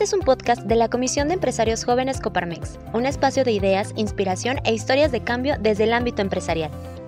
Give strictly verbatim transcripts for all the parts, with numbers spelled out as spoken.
Este es un podcast de la Comisión de Empresarios Jóvenes Coparmex, un espacio de ideas, inspiración e historias de cambio desde el ámbito empresarial.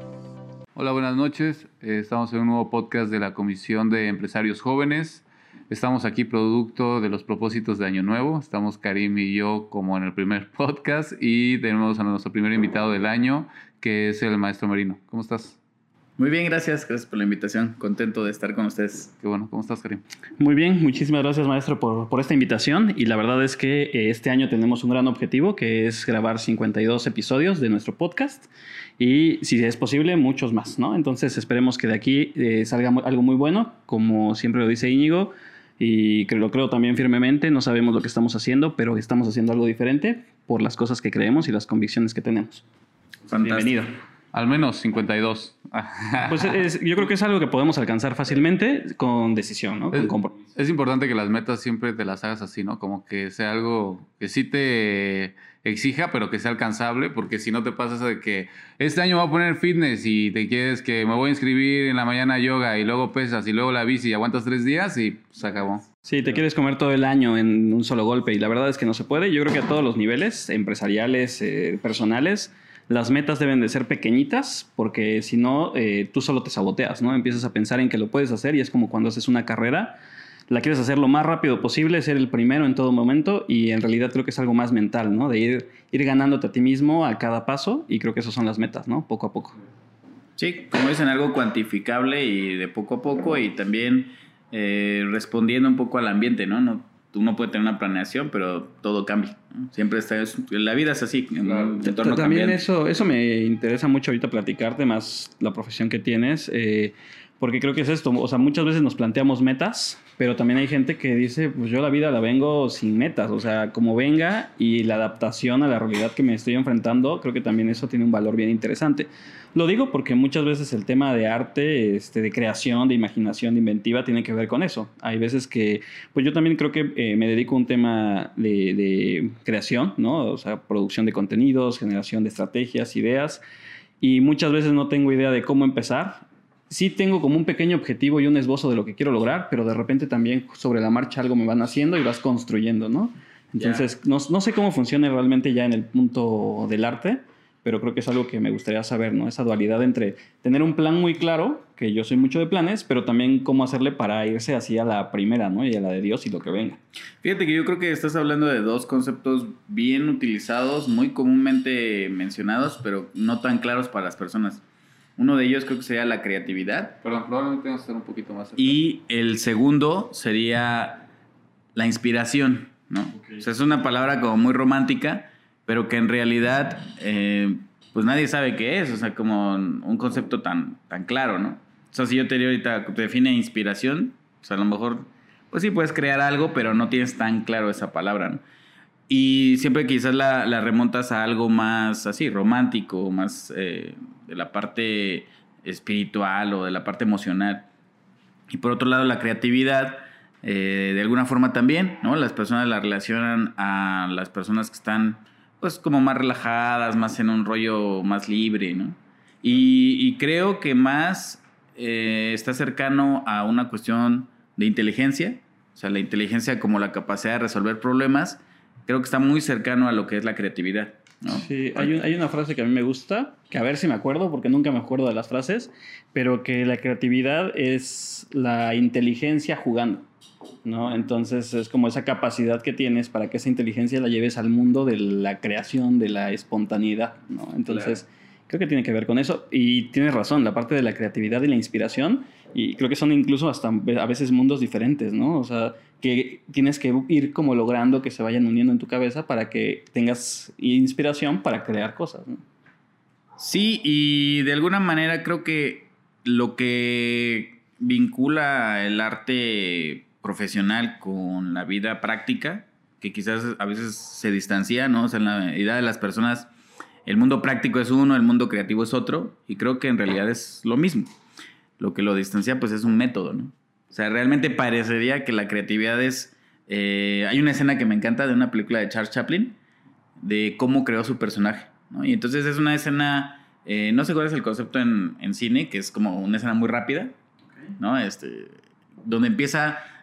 Hola, buenas noches. Eh, estamos en un nuevo podcast de la Comisión de Empresarios Jóvenes. Estamos aquí producto de los propósitos de Año Nuevo. Estamos Karim y yo como en el primer podcast y tenemos a nuestro primer invitado del año, que es el maestro Merino. ¿Cómo estás? Muy bien, gracias. Gracias por la invitación. Contento de estar con ustedes. Qué bueno. ¿Cómo estás, Karim? Muy bien. Muchísimas gracias, maestro, por, por esta invitación. Y la verdad es que eh, este año tenemos un gran objetivo, que es grabar cincuenta y dos episodios de nuestro podcast. Y si es posible, muchos más, ¿no? Entonces esperemos que de aquí eh, salga algo muy bueno, como siempre lo dice Íñigo. Y que lo creo también firmemente. No sabemos lo que estamos haciendo, pero estamos haciendo algo diferente por las cosas que creemos y las convicciones que tenemos. Fantástico. Bienvenido. Al menos cincuenta y dos. Pues es, yo creo que es algo que podemos alcanzar fácilmente con decisión, ¿no? Con es, compromiso. Es importante que las metas siempre te las hagas así, ¿no? Como que sea algo que sí te exija, pero que sea alcanzable, porque si no te pasa eso de que este año voy a poner fitness y te quieres que me voy a inscribir en la mañana a yoga y luego pesas y luego la bici y aguantas tres días y se acabó. Sí, te quieres comer todo el año en un solo golpe y la verdad es que no se puede. Yo creo que a todos los niveles, empresariales, eh, personales, las metas deben de ser pequeñitas porque si no, eh, tú solo te saboteas, ¿no? Empiezas a pensar en que lo puedes hacer y es como cuando haces una carrera, la quieres hacer lo más rápido posible, ser el primero en todo momento y en realidad creo que es algo más mental, ¿no? De ir, ir ganándote a ti mismo a cada paso y creo que esas son las metas, ¿no? Poco a poco. Sí, como dicen, algo cuantificable y de poco a poco y también eh, respondiendo un poco al ambiente, ¿no? No Uno puede tener una planeación, pero todo cambia, ¿no? Siempre está... La vida es así, en un entorno También cambiante. eso, eso me interesa mucho ahorita platicarte, más la profesión que tienes, eh, porque creo que es esto. O sea, muchas veces nos planteamos metas, pero también hay gente que dice, pues yo la vida la vengo sin metas. O sea, como venga y la adaptación a la realidad que me estoy enfrentando, creo que también eso tiene un valor bien interesante. Lo digo porque muchas veces el tema de arte, este, de creación, de imaginación, de inventiva, tiene que ver con eso. Hay veces que, pues yo también creo que eh, me dedico a un tema de, de creación, ¿no? O sea, producción de contenidos, generación de estrategias, ideas, y muchas veces no tengo idea de cómo empezar. Sí tengo como un pequeño objetivo y un esbozo de lo que quiero lograr, pero de repente también sobre la marcha algo me van haciendo y vas construyendo, ¿no? Entonces, yeah. no, no sé cómo funciona realmente ya en el punto del arte, pero creo que es algo que me gustaría saber, ¿no? Esa dualidad entre tener un plan muy claro, que yo soy mucho de planes, pero también cómo hacerle para irse así a la primera, ¿no? Y a la de Dios y lo que venga. Fíjate que yo creo que estás hablando de dos conceptos bien utilizados, muy comúnmente mencionados, pero no tan claros para las personas. Uno de ellos creo que sería la creatividad. Perdón, probablemente tengo que estar un poquito más cerca. Y el segundo sería la inspiración, ¿no? Okay. O sea, es una palabra como muy romántica, pero que en realidad eh, pues nadie sabe qué es, o sea, como un concepto tan, tan claro, ¿no? O sea, si yo te digo ahorita, te define inspiración, o sea, a lo mejor, pues sí puedes crear algo, pero no tienes tan claro esa palabra, ¿no? Y siempre quizás la, la remontas a algo más así, romántico, más eh, de la parte espiritual o de la parte emocional. Y por otro lado, la creatividad, eh, de alguna forma también, ¿no? Las personas la relacionan a las personas que están pues como más relajadas, más en un rollo más libre, ¿no? Y, y creo que más eh, está cercano a una cuestión de inteligencia, o sea, la inteligencia como la capacidad de resolver problemas, creo que está muy cercano a lo que es la creatividad, ¿no? Sí, hay, un, hay una frase que a mí me gusta, que a ver si me acuerdo, porque nunca me acuerdo de las frases, pero que la creatividad es la inteligencia jugando, ¿no? Entonces es como esa capacidad que tienes para que esa inteligencia la lleves al mundo de la creación, de la espontaneidad, ¿no? Entonces claro. Creo que tiene que ver con eso y tienes razón, la parte de la creatividad y la inspiración, y creo que son incluso hasta a veces mundos diferentes, ¿no? O sea, que tienes que ir como logrando que se vayan uniendo en tu cabeza para que tengas inspiración para crear cosas, ¿no? Sí, y de alguna manera creo que lo que vincula el arte profesional con la vida práctica, que quizás a veces se distancia, ¿no? O sea, en la idea de las personas, el mundo práctico es uno, el mundo creativo es otro, y creo que en realidad es lo mismo. Lo que lo distancia, pues, es un método, ¿no? O sea, realmente parecería que la creatividad es... Eh, hay una escena que me encanta de una película de Charles Chaplin, de cómo creó su personaje, ¿no? Y entonces es una escena... Eh, no sé cuál es el concepto en, en cine, que es como una escena muy rápida, ¿no? Este, donde empieza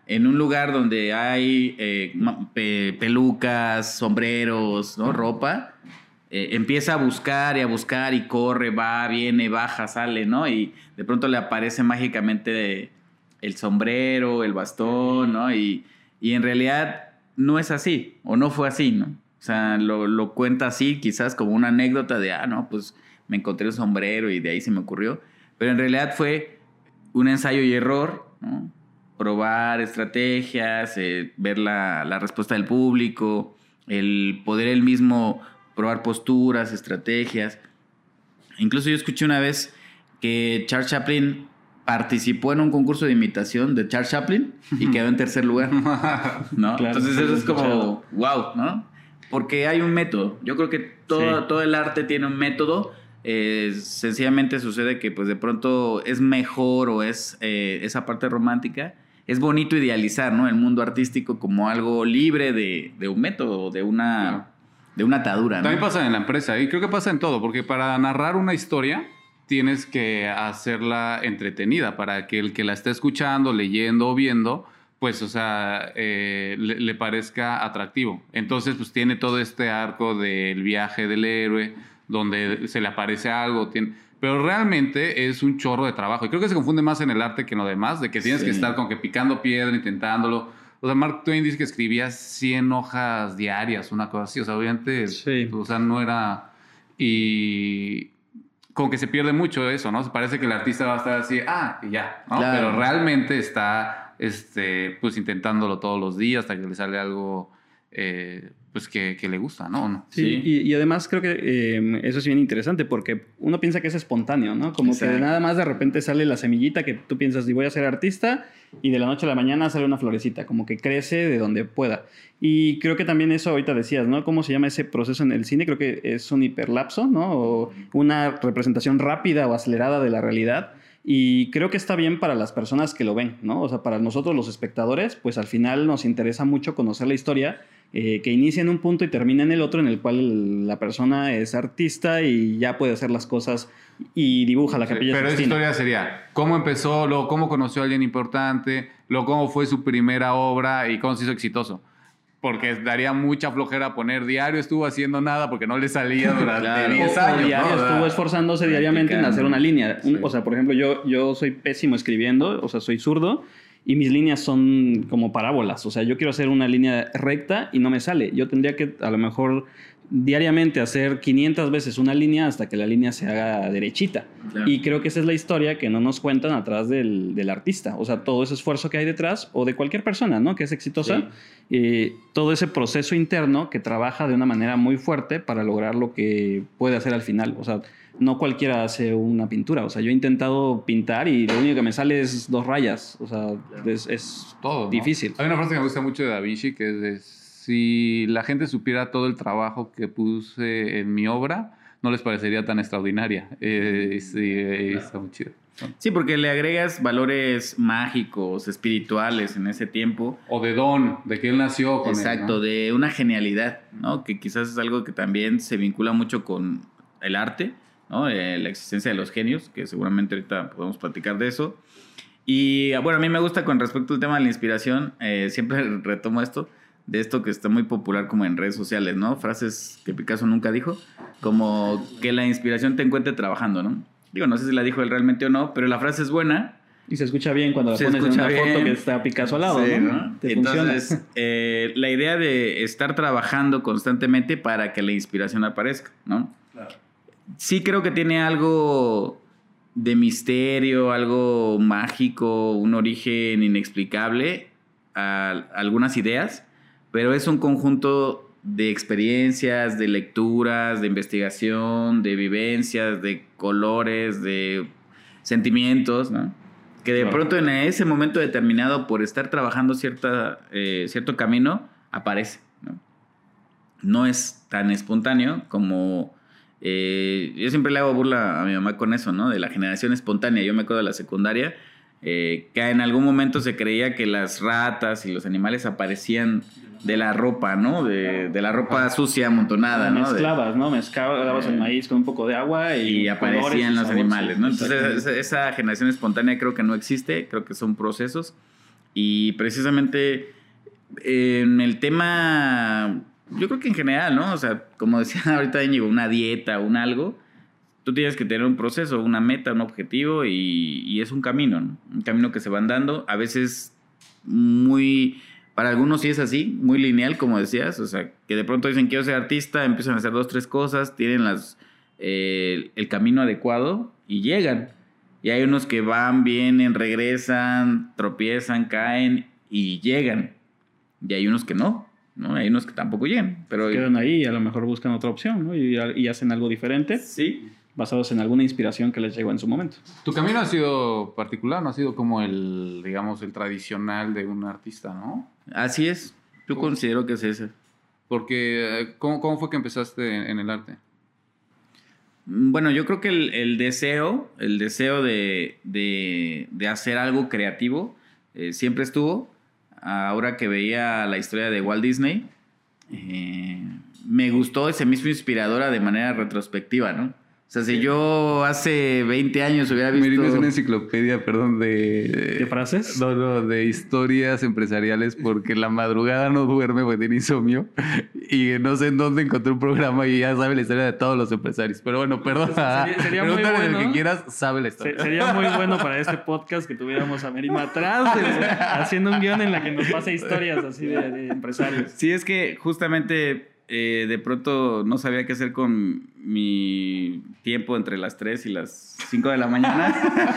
en un lugar donde hay eh, pe- pelucas, sombreros, ¿no? Ropa, eh, empieza a buscar y a buscar y corre, va, viene, baja, sale, ¿no? Y de pronto le aparece mágicamente el sombrero, el bastón, ¿no? Y, y en realidad no es así, o no fue así, ¿no? O sea, lo, lo cuenta así, quizás como una anécdota de, ah, no, pues me encontré un sombrero y de ahí se me ocurrió. Pero en realidad fue un ensayo y error, ¿no? Probar estrategias, eh, ver la, la respuesta del público, el poder él mismo probar posturas, estrategias. Incluso yo escuché una vez que Charles Chaplin participó en un concurso de imitación de Charles Chaplin y quedó en tercer lugar, ¿no? Claro, entonces eso es como, escuchado. wow, ¿no? Porque hay un método. Yo creo que todo, Sí. todo el arte tiene un método. Eh, sencillamente sucede que pues de pronto es mejor o es eh, esa parte romántica. Es bonito idealizar, ¿no? El mundo artístico como algo libre de, de un método, de una, Claro. de una atadura, ¿no? También pasa en la empresa y creo que pasa en todo, porque para narrar una historia tienes que hacerla entretenida para que el que la esté escuchando, leyendo o viendo, pues, o sea, eh, le, le parezca atractivo. Entonces, pues tiene todo este arco del viaje del héroe, donde se le aparece algo, tiene... pero realmente es un chorro de trabajo. Y creo que se confunde más en el arte que en lo demás, de que tienes Sí. que estar como que picando piedra, intentándolo. O sea, Mark Twain dice que escribía cien hojas diarias, una cosa así. O sea, obviamente, Sí. o sea, no era... Y como que se pierde mucho eso, ¿no? Parece que el artista va a estar así, ah, y ya, ¿no? Claro. Pero realmente está, este, pues, intentándolo todos los días hasta que le sale algo, eh, pues, que, que le gusta, ¿no? ¿No? Sí, Sí. Y, y además creo que eh, eso es bien interesante porque uno piensa que es espontáneo, ¿no? Como Exacto. que nada más de repente sale la semillita que tú piensas, y voy a ser artista, y de la noche a la mañana sale una florecita, como que crece de donde pueda. Y creo que también eso ahorita decías, ¿no? ¿Cómo se llama ese proceso en el cine? Creo que es un hiperlapso, ¿no? O una representación rápida o acelerada de la realidad. Y creo que está bien para las personas que lo ven, ¿no? O sea, para nosotros los espectadores, pues al final nos interesa mucho conocer la historia, eh, que inicia en un punto y termina en el otro, en el cual la persona es artista y ya puede hacer las cosas y dibuja la Sí, Capilla pero esa Sixtina. historia sería cómo empezó, luego cómo conoció a alguien importante, luego cómo fue su primera obra y cómo se hizo exitoso. Porque daría mucha flojera poner diario estuvo haciendo nada porque no le salía durante Claro. diez O- o años. diario ¿no? O sea, estuvo esforzándose diariamente en practicando. hacer una línea. Un- Sí. O sea, por ejemplo, yo, yo soy pésimo escribiendo, o sea, soy zurdo y mis líneas son como parábolas. O sea, yo quiero hacer una línea recta y no me sale. Yo tendría que a lo mejor diariamente hacer quinientas veces una línea hasta que la línea se haga derechita. Claro. Y creo que esa es la historia que no nos cuentan atrás del, del artista. O sea, todo ese esfuerzo que hay detrás, o de cualquier persona, ¿no? Que es exitosa. Sí. Eh, todo ese proceso interno que trabaja de una manera muy fuerte para lograr lo que puede hacer al final. O sea, no cualquiera hace una pintura. O sea, yo he intentado pintar y lo único que me sale es dos rayas. O sea, es, es todo, ¿no? difícil. Hay una frase que me gusta mucho de Da Vinci que es de, si la gente supiera todo el trabajo que puse en mi obra, no les parecería tan extraordinaria. Eh, sí, eh, está muy chido. Sí, porque le agregas valores mágicos, espirituales en ese tiempo. O de don, de que él nació con él, Exacto, ¿no? de una genialidad, ¿no? Que quizás es algo que también se vincula mucho con el arte, ¿no? Eh, la existencia de los genios, que seguramente ahorita podemos platicar de eso. Y bueno, a mí me gusta con respecto al tema de la inspiración, eh, siempre retomo esto, de esto que está muy popular como en redes sociales, ¿no? Frases que Picasso nunca dijo, como que la inspiración te encuentre trabajando, ¿no? Digo, no sé si la dijo él realmente o no, pero la frase es buena. Y se escucha bien cuando la Se pones en escucha una foto bien. que está Picasso al lado, Sí, ¿no? ¿no? Te Entonces, funciona. eh, la idea de estar trabajando constantemente para que la inspiración aparezca, ¿no? Claro. Sí creo que tiene algo de misterio, algo mágico, un origen inexplicable a algunas ideas, pero es un conjunto de experiencias, de lecturas, de investigación, de vivencias, de colores, de sentimientos, ¿no? Que de Claro. pronto en ese momento determinado, por estar trabajando cierta, eh, cierto camino, aparece, ¿no? No es tan espontáneo como... eh, yo siempre le hago burla a mi mamá con eso, ¿no? De la generación espontánea. Yo me acuerdo de la secundaria, eh, que en algún momento se creía que las ratas y los animales aparecían de la ropa, ¿no? De, de la ropa sucia amontonada, ¿no? De- Mezclabas, ¿no? Mezclabas el maíz con un poco de agua y, y aparecían colores y los sabor, animales, sí. ¿no? Entonces Exactamente. esa, esa generación espontánea creo que no existe, creo que son procesos. Y precisamente en el tema, yo creo que en general, ¿no? O sea, como decía ahorita Íñigo, una dieta, un algo, tú tienes que tener un proceso, una meta, un objetivo y, y es un camino, ¿no? Un camino que se van dando, a veces muy, para algunos sí es así, muy lineal, como decías, o sea, que de pronto dicen quiero ser artista, empiezan a hacer dos, tres cosas, tienen las, eh, el camino adecuado y llegan. Y hay unos que van, vienen, regresan, tropiezan, caen y llegan. Y hay unos que no, ¿no? Hay unos que tampoco llegan. Pero quedan ahí y a lo mejor buscan otra opción, ¿no? Y, y hacen algo diferente. Sí. Basados en alguna inspiración que les llegó en su momento. Tu camino ha sido particular, no ha sido como el, digamos, el tradicional de un artista, ¿no? Así es. Yo ¿Cómo? considero que es ese. Porque, ¿cómo, cómo fue que empezaste en, en el arte? Bueno, yo creo que el, el deseo, el deseo de, de, de hacer algo creativo eh, siempre estuvo. Ahora que veía la historia de Walt Disney, eh, me gustó y se me hizo inspiradora de manera retrospectiva, ¿no? O sea, si yo hace veinte años hubiera visto... Merino es una enciclopedia, perdón, de... ¿De frases? No, no, de historias empresariales porque la madrugada no duerme porque tiene insomnio y no sé en dónde encontré un programa y ya sabe la historia de todos los empresarios. Pero bueno, perdón. Sería, sería muy Pregúntale bueno, el que quieras, sabe la historia. Se, sería muy bueno para este podcast que tuviéramos a Merino atrás, de, haciendo un guión en la que nos pase historias así de, de empresarios. Sí, es que justamente... Eh, de pronto no sabía qué hacer con mi tiempo entre las tres y las cinco de la mañana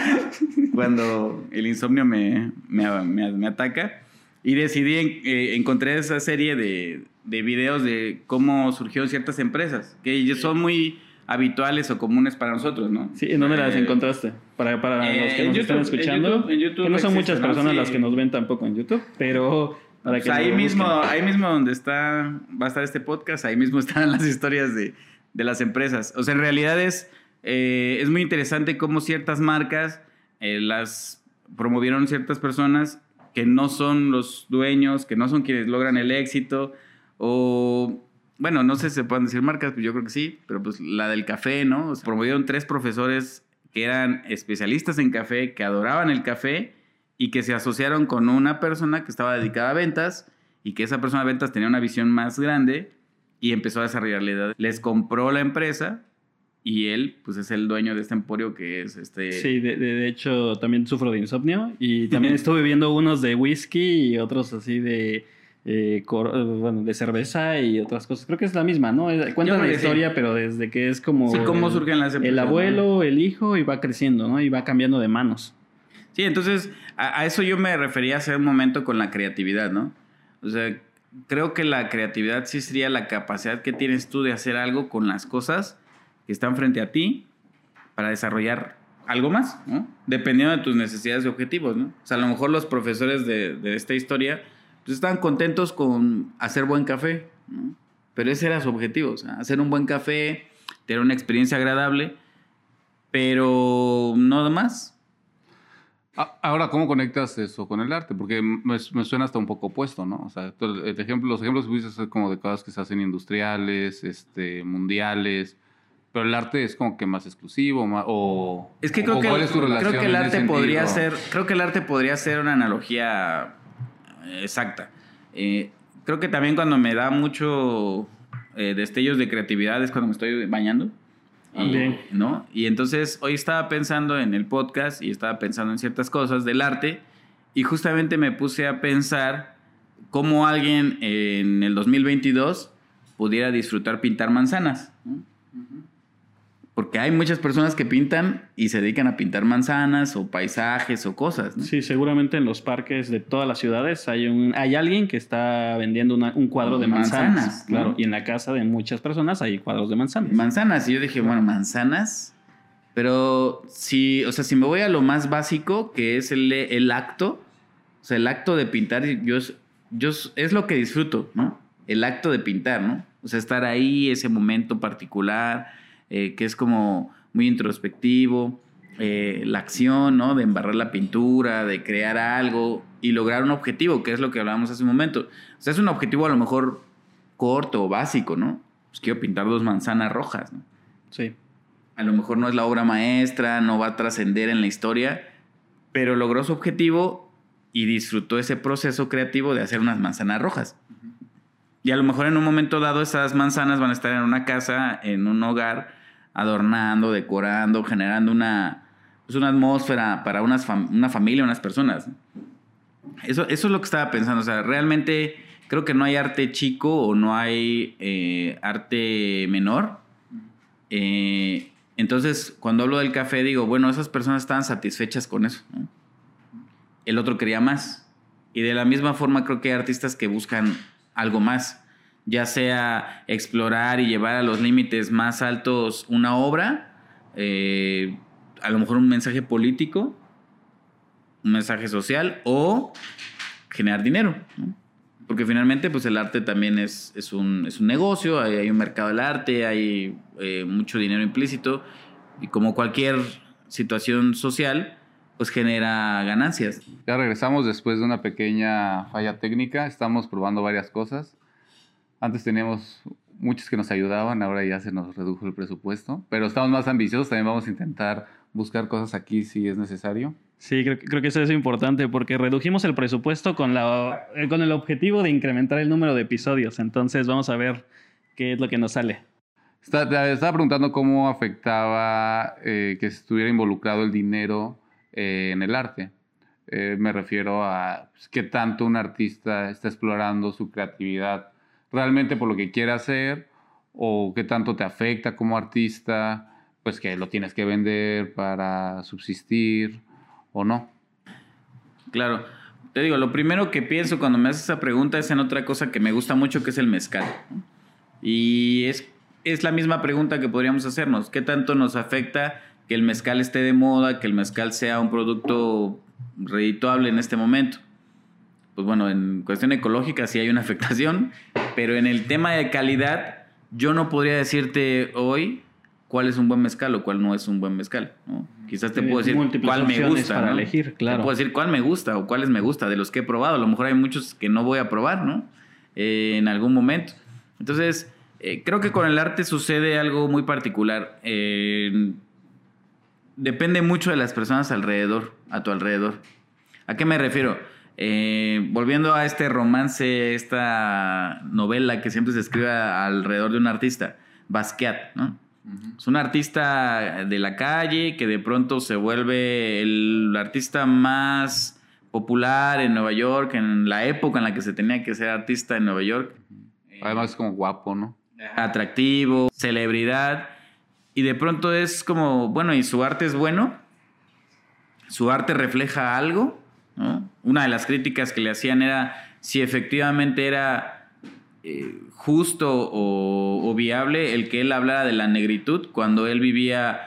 cuando el insomnio me, me, me, me ataca y decidí, eh, encontré esa serie de, de videos de cómo surgieron ciertas empresas que son muy habituales o comunes para nosotros, ¿no? Sí, ¿en dónde eh, las encontraste? Para, para eh, los que en nos YouTube, están escuchando, en YouTube, en YouTube que no son existe, muchas ¿no? personas Sí. las que nos ven tampoco en YouTube, pero... Para Pues que ahí lo mismo, busquen. ahí mismo donde está, va a estar este podcast, ahí mismo están las historias de, de las empresas. O sea, en realidad es, eh, es muy interesante cómo ciertas marcas eh, las promovieron ciertas personas que no son los dueños, que no son quienes logran el éxito, o, bueno, no sé si se pueden decir marcas, pues yo creo que sí, pero pues la del café, ¿no? O sea, promovieron tres profesores que eran especialistas en café, que adoraban el café, y que se asociaron con una persona que estaba dedicada a ventas y que esa persona de ventas tenía una visión más grande y empezó a desarrollar la idea. Les compró la empresa y él pues es el dueño de este emporio que es este... Sí, de, de, de hecho también sufro de insomnio y también estuve viendo unos de whisky y otros así de... Eh, cor, bueno, de cerveza y otras cosas. Creo que es la misma, ¿no? Cuentan la historia, sí. Pero desde que es como... Sí, cómo surgen las empresas. El abuelo, el hijo y va creciendo, ¿no? Y va cambiando de manos. Sí, entonces a, a eso yo me refería hace un momento con la creatividad, ¿no? O sea, creo que la creatividad sí sería la capacidad que tienes tú de hacer algo con las cosas que están frente a ti para desarrollar algo más, ¿no? Dependiendo de tus necesidades y objetivos, ¿no? O sea, a lo mejor los profesores de, de esta historia pues estaban contentos con hacer buen café, ¿no? Pero ese era su objetivo, o sea, hacer un buen café, tener una experiencia agradable, pero no más. Ahora, ¿cómo conectas eso con el arte? Porque me, me suena hasta un poco opuesto, ¿no? O sea, el ejemplo, los ejemplos que pudiste hacer como de cosas que se hacen industriales, este, mundiales, pero el arte es como que más exclusivo, más, o... Es que creo, o que, ¿cuál es tu relación creo que el en arte ese podría sentido? ser, creo que el arte podría ser una analogía exacta. Eh, creo que también cuando me da mucho eh, destellos de creatividad es cuando me estoy bañando. Bien. ¿No? Y entonces hoy estaba pensando en el podcast y estaba pensando en ciertas cosas del arte y justamente me puse a pensar cómo alguien en el dos mil veintidós pudiera disfrutar pintar manzanas, ¿no? Uh-huh. Porque hay muchas personas que pintan y se dedican a pintar manzanas o paisajes o cosas, ¿no? Sí, seguramente en los parques de todas las ciudades hay un hay alguien que está vendiendo una, un cuadro de manzanas, manzanas, claro, ¿no? Y en la casa de muchas personas hay cuadros de manzanas. Manzanas, y yo dije, bueno, manzanas, pero si, o sea, si me voy a lo más básico, que es el, el acto, o sea, el acto de pintar, yo, yo es lo que disfruto, ¿no? El acto de pintar, ¿no? O sea, estar ahí, ese momento particular, eh, que es como muy introspectivo, eh, la acción, ¿no? De embarrar la pintura, de crear algo y lograr un objetivo, que es lo que hablábamos hace un momento. O sea, es un objetivo a lo mejor corto o básico, ¿no? Pues quiero pintar dos manzanas rojas, ¿no? Sí. A lo mejor no es la obra maestra, no va a trascender en la historia, pero logró su objetivo y disfrutó ese proceso creativo de hacer unas manzanas rojas. Uh-huh. Y a lo mejor en un momento dado esas manzanas van a estar en una casa, en un hogar, adornando, decorando, generando una, pues una atmósfera para unas fam- una familia, unas personas. Eso, eso es lo que estaba pensando. O sea, realmente creo que no hay arte chico o no hay eh, arte menor. Eh, entonces, cuando hablo del café, digo, bueno, esas personas estaban satisfechas con eso, ¿no? El otro quería más. Y de la misma forma creo que hay artistas que buscan algo más, ya sea explorar y llevar a los límites más altos una obra, eh, a lo mejor un mensaje político, un mensaje social o generar dinero, ¿no? Porque finalmente pues el arte también es, es, un, es un negocio, hay, hay un mercado del arte, hay eh, mucho dinero implícito y como cualquier situación social pues genera ganancias. Ya regresamos después de una pequeña falla técnica. Estamos probando varias cosas. Antes teníamos muchos que nos ayudaban, ahora ya se nos redujo el presupuesto. Pero estamos más ambiciosos, también vamos a intentar buscar cosas aquí si es necesario. Sí, creo, creo que eso es importante porque redujimos el presupuesto con, la, con el objetivo de incrementar el número de episodios. Entonces vamos a ver qué es lo que nos sale. Está, te estaba preguntando cómo afectaba eh, que estuviera involucrado el dinero eh, en el arte. Eh, me refiero a pues, qué tanto un artista está explorando su creatividad realmente por lo que quiere hacer o qué tanto te afecta como artista, pues que lo tienes que vender para subsistir o no. Claro. Te digo, lo primero que pienso cuando me haces esa pregunta es en otra cosa que me gusta mucho, que es el mezcal. Y es, es la misma pregunta que podríamos hacernos. ¿Qué tanto nos afecta que el mezcal esté de moda, que el mezcal sea un producto redituable en este momento? Pues bueno, en cuestión ecológica sí hay una afectación, pero en el tema de calidad yo no podría decirte hoy cuál es un buen mezcal o cuál no es un buen mezcal, ¿no? Quizás te puedo decir cuál me gusta, para ¿no? elegir, claro. Te puedo decir cuál me gusta o cuáles me gusta de los que he probado. A lo mejor hay muchos que no voy a probar, ¿no? Eh, en algún momento. Entonces, eh, creo que con el arte sucede algo muy particular. Eh, depende mucho de las personas alrededor, a tu alrededor. ¿A qué me refiero? Eh, volviendo a este romance, esta novela que siempre se escribe alrededor de un artista, Basquiat, ¿no? Uh-huh. Es un artista de la calle que de pronto se vuelve el artista más popular en Nueva York, en la época en la que se tenía que ser artista en Nueva York. Además es como guapo, ¿no? Atractivo, celebridad, y de pronto es como, bueno, ¿y su arte es bueno? ¿Su arte refleja algo? ¿No? Una de las críticas que le hacían era si efectivamente era eh, justo o, o viable el que él hablara de la negritud cuando él vivía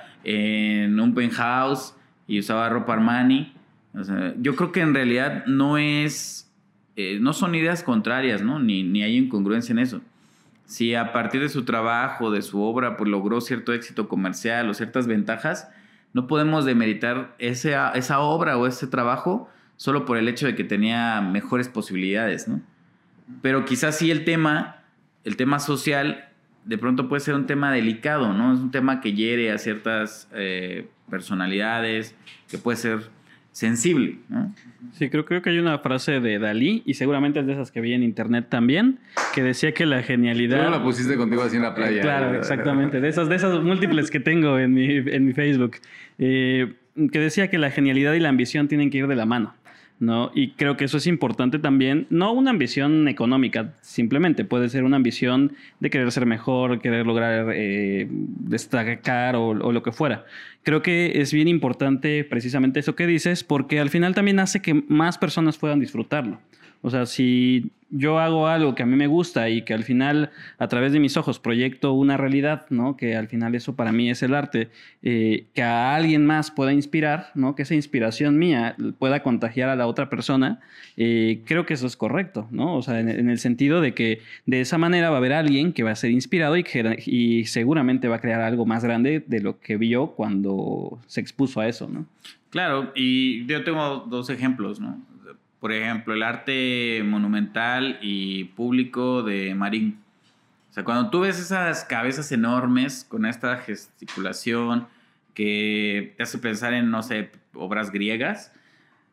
en un penthouse y usaba ropa Armani. O sea, yo creo que en realidad no es eh, no son ideas contrarias, ¿no? Ni, ni hay incongruencia en eso. Si a partir de su trabajo, de su obra, pues logró cierto éxito comercial o ciertas ventajas, no podemos demeritar ese, esa obra o ese trabajo solo por el hecho de que tenía mejores posibilidades, ¿no? Pero quizás sí el tema, el tema social, de pronto puede ser un tema delicado, ¿no? Es un tema que hiere a ciertas eh, personalidades, que puede ser sensible, ¿no? Sí, creo, creo que hay una frase de Dalí, y seguramente es de esas que vi en internet también, que decía que la genialidad... Tú la pusiste contigo así en la playa. Claro, exactamente, de esas, de esas múltiples que tengo en mi, en mi Facebook, eh, que decía que la genialidad y la ambición tienen que ir de la mano, ¿no? Y creo que eso es importante también, no una ambición económica, simplemente puede ser una ambición de querer ser mejor, querer lograr eh, destacar o, o lo que fuera. Creo que es bien importante precisamente eso que dices, porque al final también hace que más personas puedan disfrutarlo. O sea, si yo hago algo que a mí me gusta y que al final a través de mis ojos proyecto una realidad, ¿no? Que al final eso para mí es el arte, eh, que a alguien más pueda inspirar, ¿no? Que esa inspiración mía pueda contagiar a la otra persona, eh, creo que eso es correcto, ¿no? O sea, en, en el sentido de que de esa manera va a haber alguien que va a ser inspirado y, que, y seguramente va a crear algo más grande de lo que vio cuando se expuso a eso, ¿no? Claro, y yo tengo dos ejemplos, ¿no? Por ejemplo, el arte monumental y público de Marín. O sea, cuando tú ves esas cabezas enormes con esta gesticulación que te hace pensar en, no sé, obras griegas,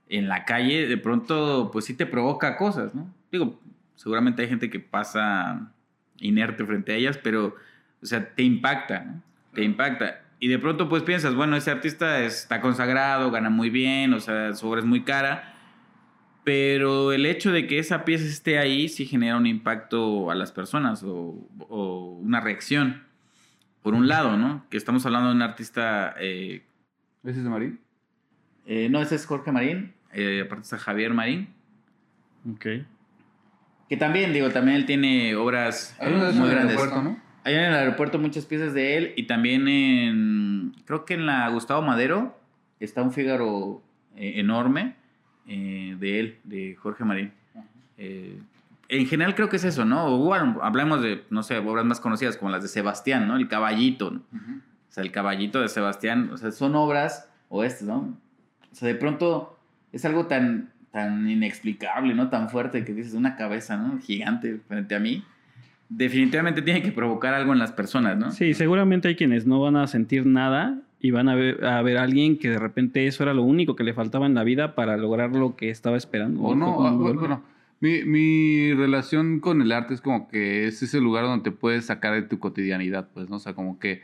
en la calle, de pronto, pues sí te provoca cosas, ¿no? Digo, seguramente hay gente que pasa inerte frente a ellas, pero, o sea, te impacta, ¿no? Te impacta. Y de pronto, pues piensas, bueno, ese artista está consagrado, gana muy bien, o sea, su obra es muy cara, pero el hecho de que esa pieza esté ahí sí genera un impacto a las personas o, o una reacción. Por un lado, ¿no? Que estamos hablando de un artista... Eh, ¿Ese es de Marín? Eh, no, ese es Jorge Marín. Eh, aparte está Javier Marín. Ok. Que también, digo, también él tiene obras Hay uno de muy esos en el grandes. aeropuerto, ¿no? Hay en el aeropuerto muchas piezas de él. Y también en... Creo que en la Gustavo Madero está un Fígaro eh, enorme eh, de él, de Jorge Marín. Eh, en general creo que es eso, ¿no? Bueno, hablamos de, no sé, obras más conocidas como las de Sebastián, ¿no? El Caballito, ¿no? Uh-huh. O sea, el Caballito de Sebastián. O sea, son obras, o este, ¿no? O sea, de pronto es algo tan, tan inexplicable, ¿no? Tan fuerte que dices, una cabeza, ¿no? Gigante frente a mí. Definitivamente tiene que provocar algo en las personas, ¿no? Sí, seguramente hay quienes no van a sentir nada y van a ver a ver a alguien que de repente eso era lo único que le faltaba en la vida para lograr lo que estaba esperando. O no, bueno, bueno. Mi, mi relación con el arte es como que es ese lugar donde te puedes sacar de tu cotidianidad, pues, ¿no? O sea, como que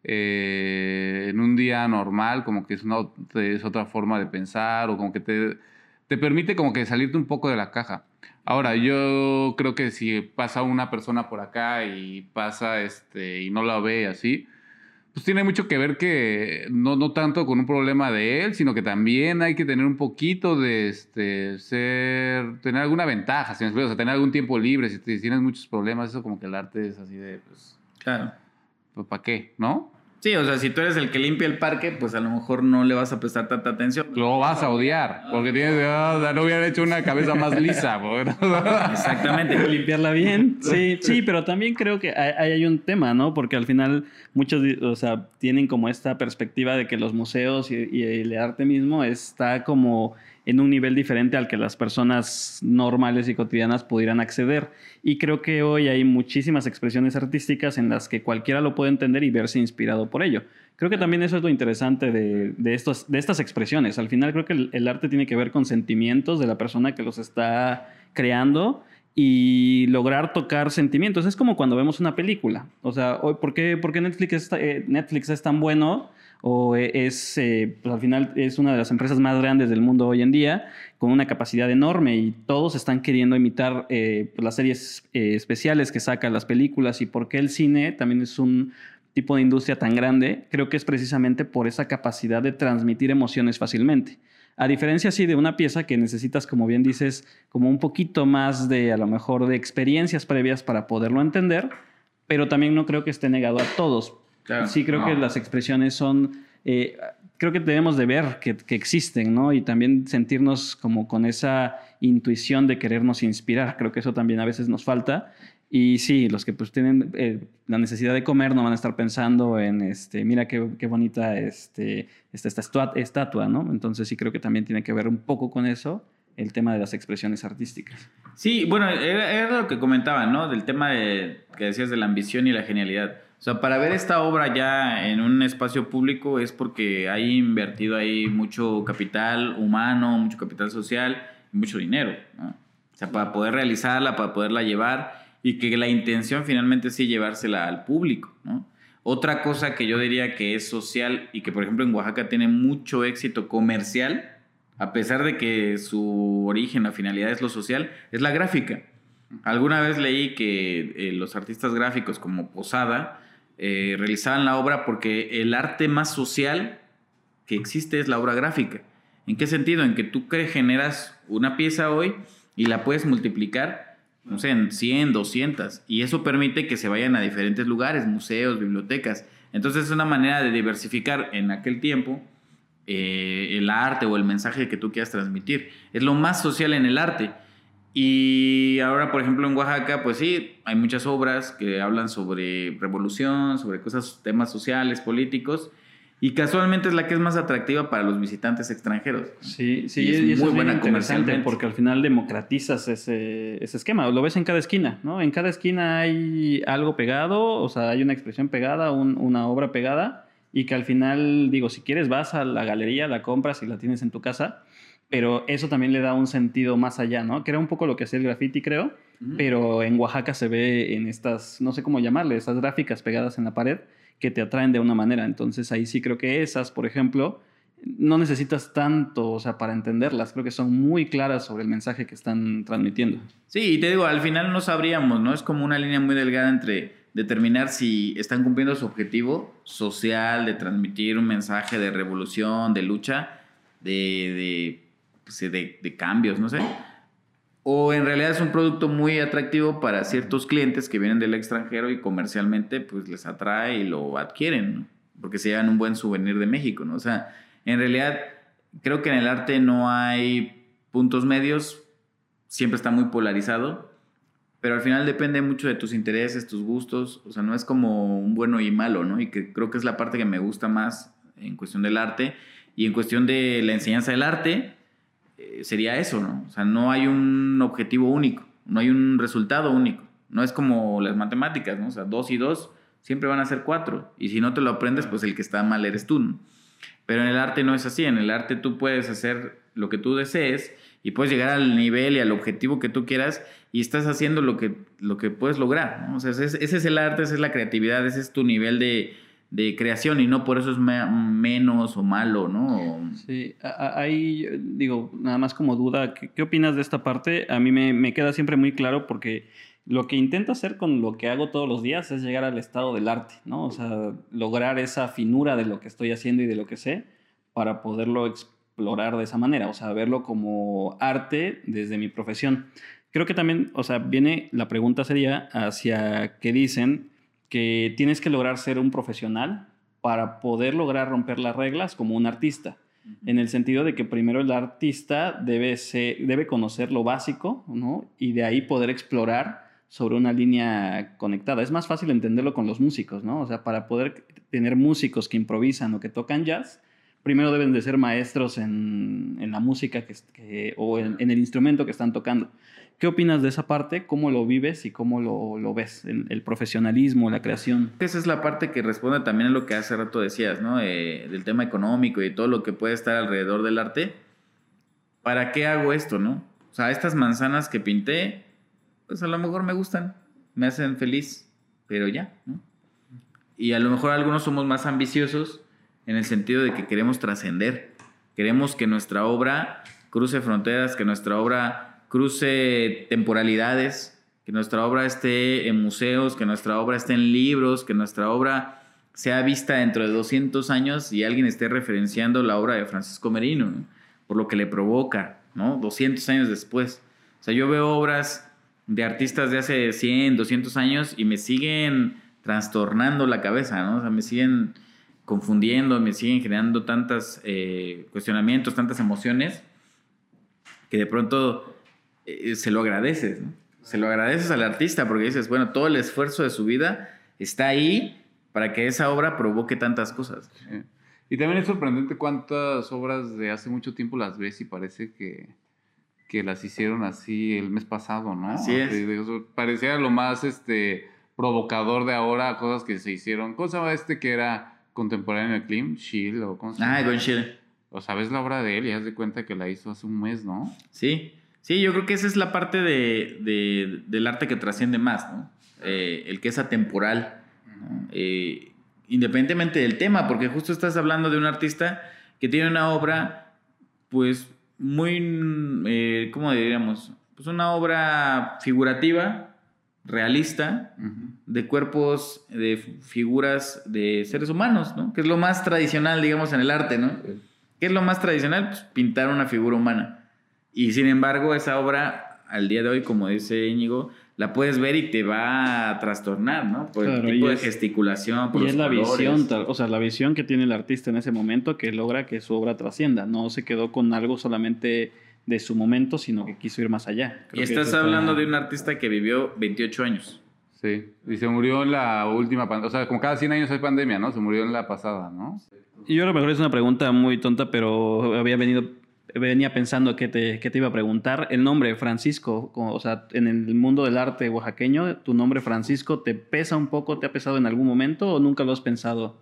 eh, en un día normal, como que es, una, es otra forma de pensar o como que te, te permite como que salirte un poco de la caja. Ahora, yo creo que si pasa una persona por acá y pasa este y no la ve así, pues tiene mucho que ver que no, no tanto con un problema de él, sino que también hay que tener un poquito de este, ser, tener alguna ventaja, si me explico, o sea, tener algún tiempo libre, si, si tienes muchos problemas, eso como que el arte es así de, pues, claro. Pues, ¿para qué? ¿No? Sí, o sea, si tú eres el que limpia el parque, pues a lo mejor no le vas a prestar tanta atención. Lo vas a odiar, porque tienes, oh, no hubieran hecho una cabeza más lisa. Exactamente. Limpiarla bien. Sí, sí, pero también creo que hay, hay un tema, ¿no? Porque al final muchos, o sea, tienen como esta perspectiva de que los museos y, y el arte mismo está como en un nivel diferente al que las personas normales y cotidianas pudieran acceder. Y creo que hoy hay muchísimas expresiones artísticas en las que cualquiera lo puede entender y verse inspirado por ello. Creo que también eso es lo interesante de, de, estos, de estas expresiones. Al final creo que el, el arte tiene que ver con sentimientos de la persona que los está creando y lograr tocar sentimientos. Es como cuando vemos una película. O sea, hoy, ¿por qué, por qué Netflix, es, eh, Netflix es tan bueno? O es, eh, pues al final es una de las empresas más grandes del mundo hoy en día, con una capacidad enorme y todos están queriendo imitar eh, pues las series eh, especiales que sacan las películas. Y por qué el cine también es un tipo de industria tan grande, creo que es precisamente por esa capacidad de transmitir emociones fácilmente. A diferencia así de una pieza que necesitas, como bien dices, como un poquito más de, a lo mejor, de experiencias previas para poderlo entender, pero también no creo que esté negado a todos. Claro, sí creo no. que las expresiones son... Eh, creo que debemos de ver que, que existen, ¿no? Y también sentirnos como con esa intuición de querernos inspirar. Creo que eso también a veces nos falta. Y sí, los que pues tienen eh, la necesidad de comer no van a estar pensando en, este, mira qué, qué bonita este, esta, esta estatua, ¿no? Entonces sí creo que también tiene que ver un poco con eso, el tema de las expresiones artísticas. Sí, bueno, era, era lo que comentaban, ¿no? Del tema de, que decías de la ambición y la genialidad. O sea, para ver esta obra ya en un espacio público es porque hay invertido ahí mucho capital humano, mucho capital social y mucho dinero, ¿no? O sea, para poder realizarla, para poderla llevar y que la intención finalmente sí llevársela al público, ¿no? Otra cosa que yo diría que es social y que, por ejemplo, en Oaxaca tiene mucho éxito comercial, a pesar de que su origen, la finalidad es lo social, es la gráfica. Alguna vez leí que eh, los artistas gráficos como Posada eh, realizaban la obra porque el arte más social que existe es la obra gráfica. ¿En qué sentido? En que tú crees, generas una pieza hoy y la puedes multiplicar, no sé, en cien, doscientas, y eso permite que se vayan a diferentes lugares, museos, bibliotecas. Entonces es una manera de diversificar en aquel tiempo eh, el arte o el mensaje que tú quieras transmitir. Es lo más social en el arte. Y ahora, por ejemplo, en Oaxaca, pues sí, hay muchas obras que hablan sobre revolución, sobre cosas, temas sociales, políticos, y casualmente es la que es más atractiva para los visitantes extranjeros. Sí, sí, y es, y es muy es buena comercialmente, porque al final democratizas ese, ese esquema. Lo ves en cada esquina, ¿no? En cada esquina hay algo pegado, o sea, hay una expresión pegada, un, una obra pegada, y que al final, digo, si quieres vas a la galería, la compras y la tienes en tu casa, pero eso también le da un sentido más allá, ¿no? Que era un poco lo que hacía el graffiti, creo, uh-huh. pero en Oaxaca se ve en estas, no sé cómo llamarle, esas gráficas pegadas en la pared que te atraen de una manera. Entonces ahí sí creo que esas, por ejemplo, no necesitas tanto, o sea, para entenderlas. Creo que son muy claras sobre el mensaje que están transmitiendo. Sí, y te digo, al final no sabríamos, ¿no? Es como una línea muy delgada entre determinar si están cumpliendo su objetivo social de transmitir un mensaje de revolución, de lucha, de, de, pues, de, de cambios, no sé. O en realidad es un producto muy atractivo para ciertos clientes que vienen del extranjero y comercialmente pues les atrae y lo adquieren, ¿no? Porque se llevan un buen souvenir de México, ¿no? O sea, en realidad creo que en el arte no hay puntos medios, siempre está muy polarizado, pero al final depende mucho de tus intereses, tus gustos, o sea, no es como un bueno y malo, ¿no? Y que creo que es la parte que me gusta más en cuestión del arte y en cuestión de la enseñanza del arte. Sería eso, ¿no? O sea, no hay un objetivo único, no hay un resultado único. No es como las matemáticas, ¿no? O sea, dos y dos siempre van a ser cuatro. Y si no te lo aprendes, pues el que está mal eres tú, ¿no? Pero en el arte no es así. En el arte tú puedes hacer lo que tú desees y puedes llegar al nivel y al objetivo que tú quieras y estás haciendo lo que, lo que puedes lograr, ¿no? O sea, ese, ese es el arte, esa es la creatividad, ese es tu nivel de... de creación y no por eso es me- menos o malo, ¿no? Sí, ahí digo, nada más como duda, ¿qué, qué opinas de esta parte? A mí me, me queda siempre muy claro porque lo que intento hacer con lo que hago todos los días es llegar al estado del arte, ¿no? O sea, lograr esa finura de lo que estoy haciendo y de lo que sé para poderlo explorar de esa manera, o sea, verlo como arte desde mi profesión. Creo que también, o sea, viene, la pregunta sería hacia qué dicen que tienes que lograr ser un profesional para poder lograr romper las reglas como un artista. Uh-huh. En el sentido de que primero el artista debe, ser, debe conocer lo básico, ¿no? Y de ahí poder explorar sobre una línea conectada. Es más fácil entenderlo con los músicos, ¿no? O sea, para poder tener músicos que improvisan o que tocan jazz, primero deben de ser maestros en, en la música que, que, o en, en el instrumento que están tocando. ¿Qué opinas de esa parte? ¿Cómo lo vives y cómo lo, lo ves? El, el profesionalismo, la creación. Esa es la parte que responde también a lo que hace rato decías, ¿no? Eh, del tema económico y todo lo que puede estar alrededor del arte. ¿Para qué hago esto, no? O sea, estas manzanas que pinté, pues a lo mejor me gustan, me hacen feliz, pero ya, ¿no? Y a lo mejor algunos somos más ambiciosos en el sentido de que queremos trascender. Queremos que nuestra obra cruce fronteras, que nuestra obra cruce temporalidades, que nuestra obra esté en museos, que nuestra obra esté en libros, que nuestra obra sea vista dentro de doscientos años y alguien esté referenciando la obra de Francisco Merino, ¿no? Por lo que le provoca, ¿no? doscientos años después. O sea, yo veo obras de artistas de hace cien, doscientos años y me siguen trastornando la cabeza, ¿no? O sea, me siguen confundiendo, me siguen generando tantos eh, cuestionamientos, tantas emociones, que de pronto eh, se lo agradeces, ¿no? Se lo agradeces al artista porque dices, bueno, todo el esfuerzo de su vida está ahí para que esa obra provoque tantas cosas. Sí. Y también es sorprendente cuántas obras de hace mucho tiempo las ves y parece que, que las hicieron así el mes pasado, ¿no? Así es. Parecía lo más este, provocador de ahora, cosas que se hicieron. ¿Cómo se llama este que era contemporáneo de Klim? Schill, o cómo se llama. Ah, Gon Schill. O sabes la obra de él y haz de cuenta que la hizo hace un mes, ¿no? Sí, sí, yo creo que esa es la parte de, de, del arte que trasciende más, ¿no? Eh, el que es atemporal, ¿no? Eh, independientemente del tema, porque justo estás hablando de un artista que tiene una obra, pues, muy, eh, ¿cómo diríamos? Pues una obra figurativa, realista, uh-huh. de cuerpos, de figuras de seres humanos, ¿no? Que es lo más tradicional, digamos, en el arte, ¿no? Sí. ¿Qué es lo más tradicional? Pues pintar una figura humana. Y sin embargo, esa obra, al día de hoy, como dice Íñigo, la puedes ver y te va a trastornar, ¿no? Por claro, el tipo de es, gesticulación, por y los es la colores. visión, o sea, la visión que tiene el artista en ese momento que logra que su obra trascienda. No se quedó con algo solamente de su momento, sino que quiso ir más allá. Creo y estás hablando está... de un artista que vivió veintiocho años. Sí, y se murió en la última pandemia. O sea, como cada cien años hay pandemia, ¿no? Se murió en la pasada, ¿no? Y yo a lo mejor es una pregunta muy tonta, pero había venido... venía pensando que te, que te iba a preguntar. El nombre Francisco, o sea, en el mundo del arte oaxaqueño, ¿tu nombre Francisco te pesa un poco? ¿Te ha pesado en algún momento o nunca lo has pensado?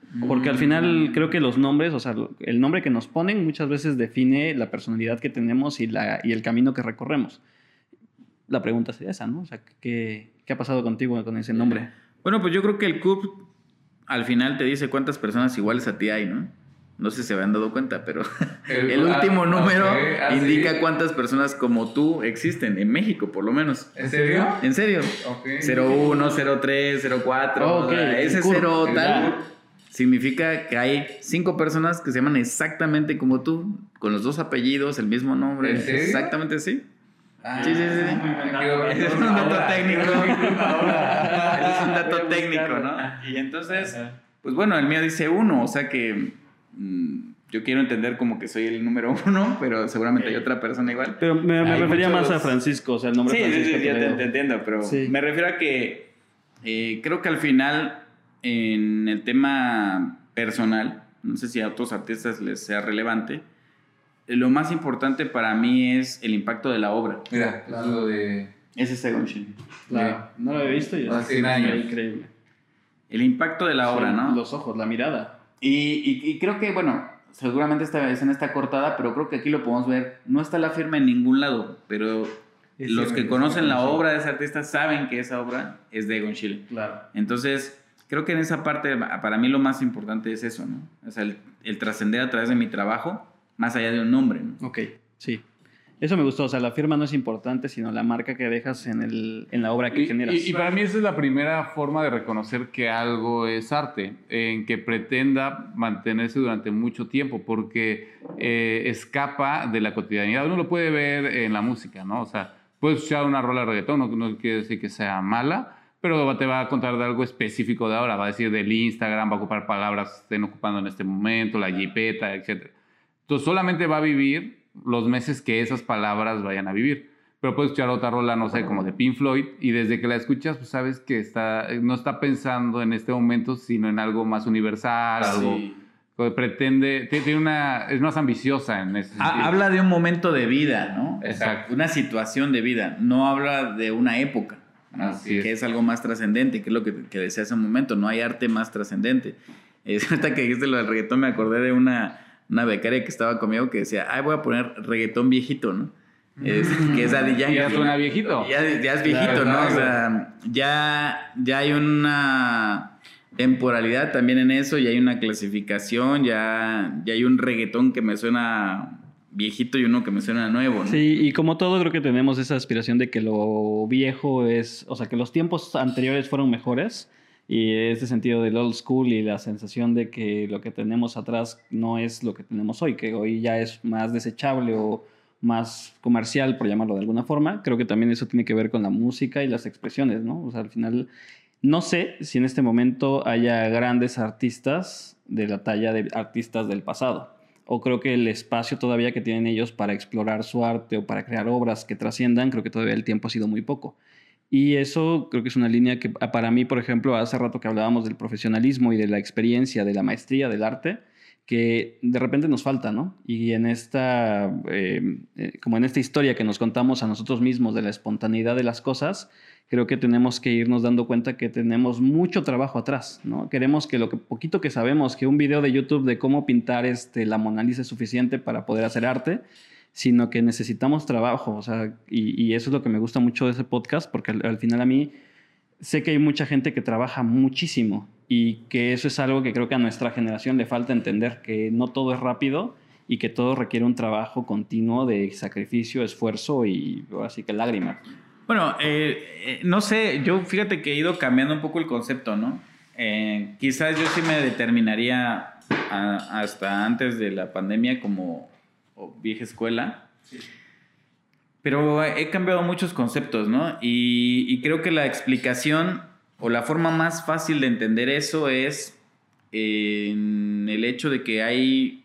Porque al final creo que los nombres, o sea, el nombre que nos ponen muchas veces define la personalidad que tenemos y, la, y el camino que recorremos. La pregunta sería esa, ¿no? O sea, ¿qué, qué ha pasado contigo con ese nombre? Bueno, pues yo creo que el C U P al final te dice cuántas personas iguales a ti hay, ¿no? No sé si se habían dado cuenta, pero el, el último ah, número okay, ah, indica ¿sí? cuántas personas como tú existen en México, por lo menos. ¿En serio? En serio. Okay. cero uno, cero tres, cero cuatro. Okay. Ese cero tal significa que hay cinco personas que se llaman exactamente como tú, con los dos apellidos, el mismo nombre. ¿En serio? Exactamente así. Ah, sí, sí, sí. Ese es un dato técnico. Ese es un dato técnico, ¿no? Y entonces, pues bueno, el mío dice uno, o sea que mmm, yo quiero entender como que soy el número uno, pero seguramente hay otra persona igual. Pero me, me refería muchos... más a Francisco, o sea, el nombre sí, Francisco. Sí, sí, ya te, te entiendo, pero sí. me refiero a que eh, creo que al final, en el tema personal, no sé si a otros artistas les sea relevante, lo más importante para mí es el impacto de la obra. Mira, claro. Lo de... Ese es Egon Schiele. Claro, no lo había visto y hace cien años. Increíble. El impacto de la obra, ¿no? Los ojos, la mirada. Y, y, y creo que, bueno, seguramente esta escena está cortada, pero creo que aquí lo podemos ver. No está la firma en ningún lado, pero es los que conocen la obra de ese artista saben que esa obra es de Egon Schiele. Claro. Entonces, creo que en esa parte, para mí lo más importante es eso, ¿no? O sea, el, el trascender a través de mi trabajo, más allá de un nombre, ¿no? Ok, sí. Eso me gustó, o sea, la firma no es importante, sino la marca que dejas en, el, en la obra que y, generas. Y, y para mí esa es la primera forma de reconocer que algo es arte, en que pretenda mantenerse durante mucho tiempo, porque eh, escapa de la cotidianidad. Uno lo puede ver en la música, ¿no? O sea, puedes escuchar una rola de reggaetón, no, no quiere decir que sea mala, pero te va a contar de algo específico de ahora, va a decir del Instagram, va a ocupar palabras que estén ocupando en este momento, la jipeta, etcétera. Entonces solamente va a vivir los meses que esas palabras vayan a vivir. Pero puedes escuchar otra rola, no sé, como de Pink Floyd, y desde que la escuchas, pues sabes que está, no está pensando en este momento, sino en algo más universal, sí. algo que pretende, tiene una, es más ambiciosa en ese sentido. Habla de un momento de vida, ¿no? Exacto. Una situación de vida, no habla de una época, ¿no? Así que es. es algo más trascendente, que es lo que, que decía hace un momento, no hay arte más trascendente. Es ahorita que dijiste lo del reggaetón, me acordé de una... una becaria que estaba conmigo que decía, ay, voy a poner reggaetón viejito, ¿no? Es, que es Daddy Yankee. Ya suena viejito. Ya, ya es viejito, claro, ¿no? Claro. O sea, ya, ya hay una temporalidad también en eso, ya hay una clasificación, ya, ya hay un reggaetón que me suena viejito y uno que me suena nuevo, ¿no? Sí, y como todo creo que tenemos esa aspiración de que lo viejo es, o sea, que los tiempos anteriores fueron mejores. Y ese sentido del old school y la sensación de que lo que tenemos atrás no es lo que tenemos hoy, que hoy ya es más desechable o más comercial, por llamarlo de alguna forma. Creo que también eso tiene que ver con la música y las expresiones, ¿no? O sea, al final, no sé si en este momento haya grandes artistas de la talla de artistas del pasado. O creo que el espacio todavía que tienen ellos para explorar su arte o para crear obras que trasciendan, creo que todavía el tiempo ha sido muy poco. Y eso creo que es una línea que para mí, por ejemplo, hace rato que hablábamos del profesionalismo y de la experiencia, de la maestría del arte, que de repente nos falta, ¿no? Y en esta, eh, como en esta historia que nos contamos a nosotros mismos de la espontaneidad de las cosas, creo que tenemos que irnos dando cuenta que tenemos mucho trabajo atrás, ¿no? Queremos que lo que, poquito que sabemos, que un video de YouTube de cómo pintar este, la Mona Lisa es suficiente para poder hacer arte, sino que necesitamos trabajo, o sea, y, y eso es lo que me gusta mucho de ese podcast, porque al, al final a mí sé que hay mucha gente que trabaja muchísimo y que eso es algo que creo que a nuestra generación le falta entender, que no todo es rápido y que todo requiere un trabajo continuo de sacrificio, esfuerzo y así que lágrimas. Bueno, eh, eh, no sé, yo fíjate que he ido cambiando un poco el concepto, ¿no? Eh, quizás yo sí me determinaría a, hasta antes de la pandemia como vieja escuela, sí. Pero he cambiado muchos conceptos, ¿no? Y, y creo que la explicación o la forma más fácil de entender eso es en el hecho de que hay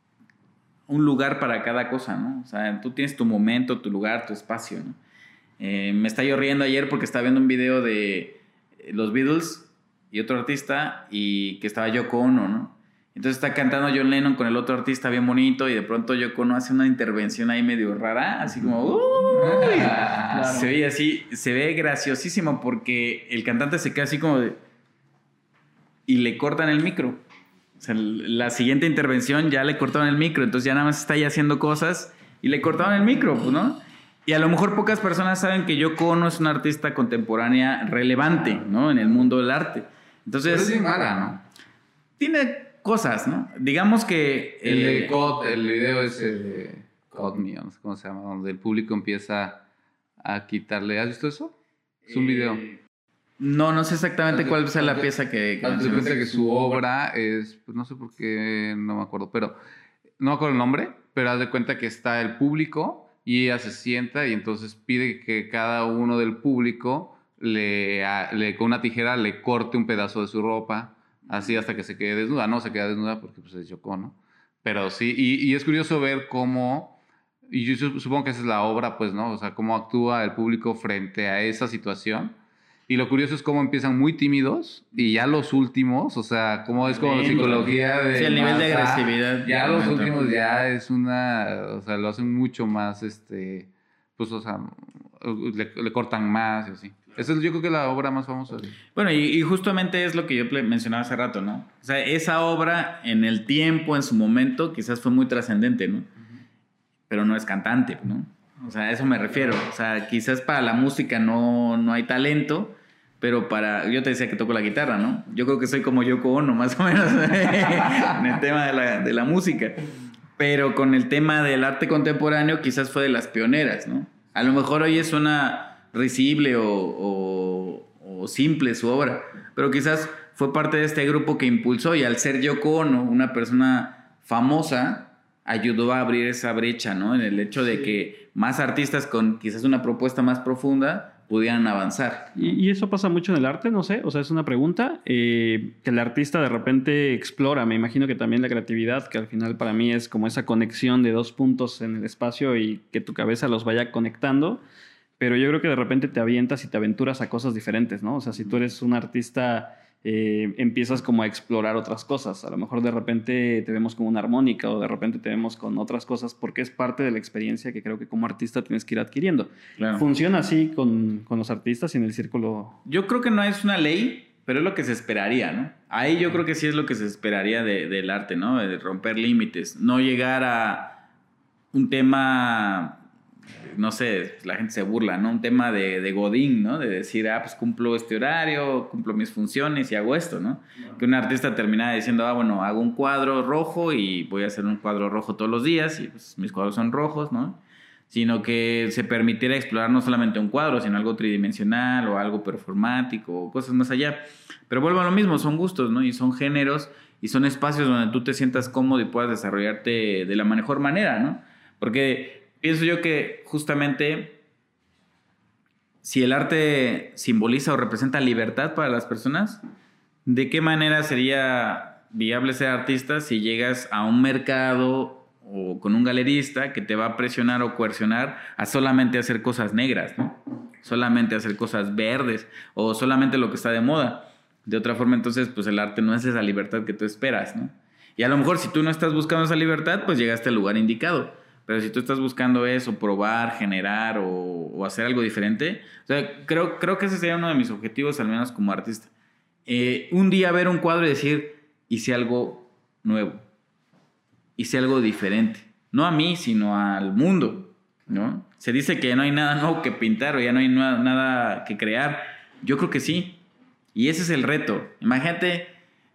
un lugar para cada cosa, ¿no? O sea, tú tienes tu momento, tu lugar, tu espacio, ¿no? Eh, me estaba yo riendo ayer porque estaba viendo un video de los Beatles y otro artista y que estaba Yoko Ono, ¿no? Entonces está cantando John Lennon con el otro artista bien bonito y de pronto Yoko Ono hace una intervención ahí medio rara, así como... ¡Uy! Claro. Se ve así, se ve graciosísimo porque el cantante se queda así como de... Y le cortan el micro. O sea, la siguiente intervención ya le cortaron el micro, entonces ya nada más está ahí haciendo cosas y le cortaron el micro, pues, ¿no? Y a lo mejor pocas personas saben que Yoko Ono es una artista contemporánea relevante, ¿no? En el mundo del arte. Entonces, pero es bien mala, ¿no? Tiene cosas, ¿no? Digamos que... El, eh, de Cod, el video ese de Cod Me, no sé cómo se llama, donde el público empieza a quitarle... ¿Has visto eso? Es un video. Eh, no, no sé exactamente Hazte- cuál es la hazte- pieza que... que Haz de mencionas. cuenta que su obra es, pues no sé por qué, no me acuerdo, pero no me acuerdo el nombre, pero haz de cuenta que está el público y ella se sienta y entonces pide que cada uno del público le, a- le con una tijera le corte un pedazo de su ropa, así hasta que se quede desnuda. No se queda desnuda porque pues es Yoko Ono, pero sí, y, y es curioso ver cómo, y yo su- supongo que esa es la obra, pues, ¿no? O sea, cómo actúa el público frente a esa situación. Y lo curioso es cómo empiezan muy tímidos y ya los últimos, o sea, cómo es como Sí, psicología de... sí, el nivel de masa, agresividad Ya los aumenta. últimos ya es una... O sea, lo hacen mucho más, este... Pues, o sea, le, le cortan más y así. Esa es yo creo que la obra más famosa. de- Bueno, y, y justamente es lo que yo ple- mencionaba hace rato, ¿no? O sea, esa obra en el tiempo, en su momento, quizás fue muy trascendente, ¿no? Pero no es cantante, ¿no? O sea, a eso me refiero. O sea, quizás para la música no, no hay talento, pero para... Yo te decía que toco la guitarra, ¿no? Yo creo que soy como Yoko Ono, más o menos, en el tema de la, de la música. Pero con el tema del arte contemporáneo quizás fue de las pioneras, ¿no? A lo mejor hoy es una risible o, o, o simple su obra, pero quizás fue parte de este grupo que impulsó y al ser Yoko Ono, una persona famosa, ayudó a abrir esa brecha, ¿no? En el hecho de que más artistas con quizás una propuesta más profunda pudieran avanzar. Y, y eso pasa mucho en el arte, no sé, o sea, es una pregunta eh, que el artista de repente explora. Me imagino que también la creatividad, que al final para mí es como esa conexión de dos puntos en el espacio y que tu cabeza los vaya conectando, pero yo creo que de repente te avientas y te aventuras a cosas diferentes, ¿no? O sea, si tú eres un artista, eh, empiezas como a explorar otras cosas. A lo mejor de repente te vemos con una armónica o de repente te vemos con otras cosas porque es parte de la experiencia que creo que como artista tienes que ir adquiriendo. Claro. ¿Funciona así con, con los artistas y en el círculo? Yo creo que no es una ley, pero es lo que se esperaría, ¿no? Ahí yo creo que sí es lo que se esperaría de, del arte, ¿no? De romper límites, no llegar a un tema, no sé, la gente se burla, ¿no? Un tema de, de godín, ¿no? De decir, ah, pues cumplo este horario, cumplo mis funciones y hago esto, ¿no? Que un artista termina diciendo, ah, bueno, hago un cuadro rojo y voy a hacer un cuadro rojo todos los días y pues mis cuadros son rojos, ¿no? Sino que se permitiera explorar no solamente un cuadro, sino algo tridimensional o algo performático o cosas más allá. Pero vuelvo a lo mismo, son gustos, ¿no? Y son géneros y son espacios donde tú te sientas cómodo y puedas desarrollarte de la mejor manera, ¿no? Porque pienso yo que justamente si el arte simboliza o representa libertad para las personas, ¿de qué manera sería viable ser artista si llegas a un mercado o con un galerista que te va a presionar o coercionar a solamente hacer cosas negras, ¿no? Solamente hacer cosas verdes o solamente lo que está de moda? De otra forma, entonces, pues el arte no es esa libertad que tú esperas, ¿no? Y a lo mejor si tú no estás buscando esa libertad, pues llegaste al lugar indicado. Pero si tú estás buscando eso, probar, generar o, o hacer algo diferente, o sea, creo, creo que ese sería uno de mis objetivos, al menos como artista. Eh, un día ver un cuadro y decir, hice algo nuevo, hice algo diferente. No a mí, sino al mundo, ¿no? Se dice que no hay nada nuevo que pintar o ya no hay nada, nada que crear. Yo creo que sí. Y ese es el reto. Imagínate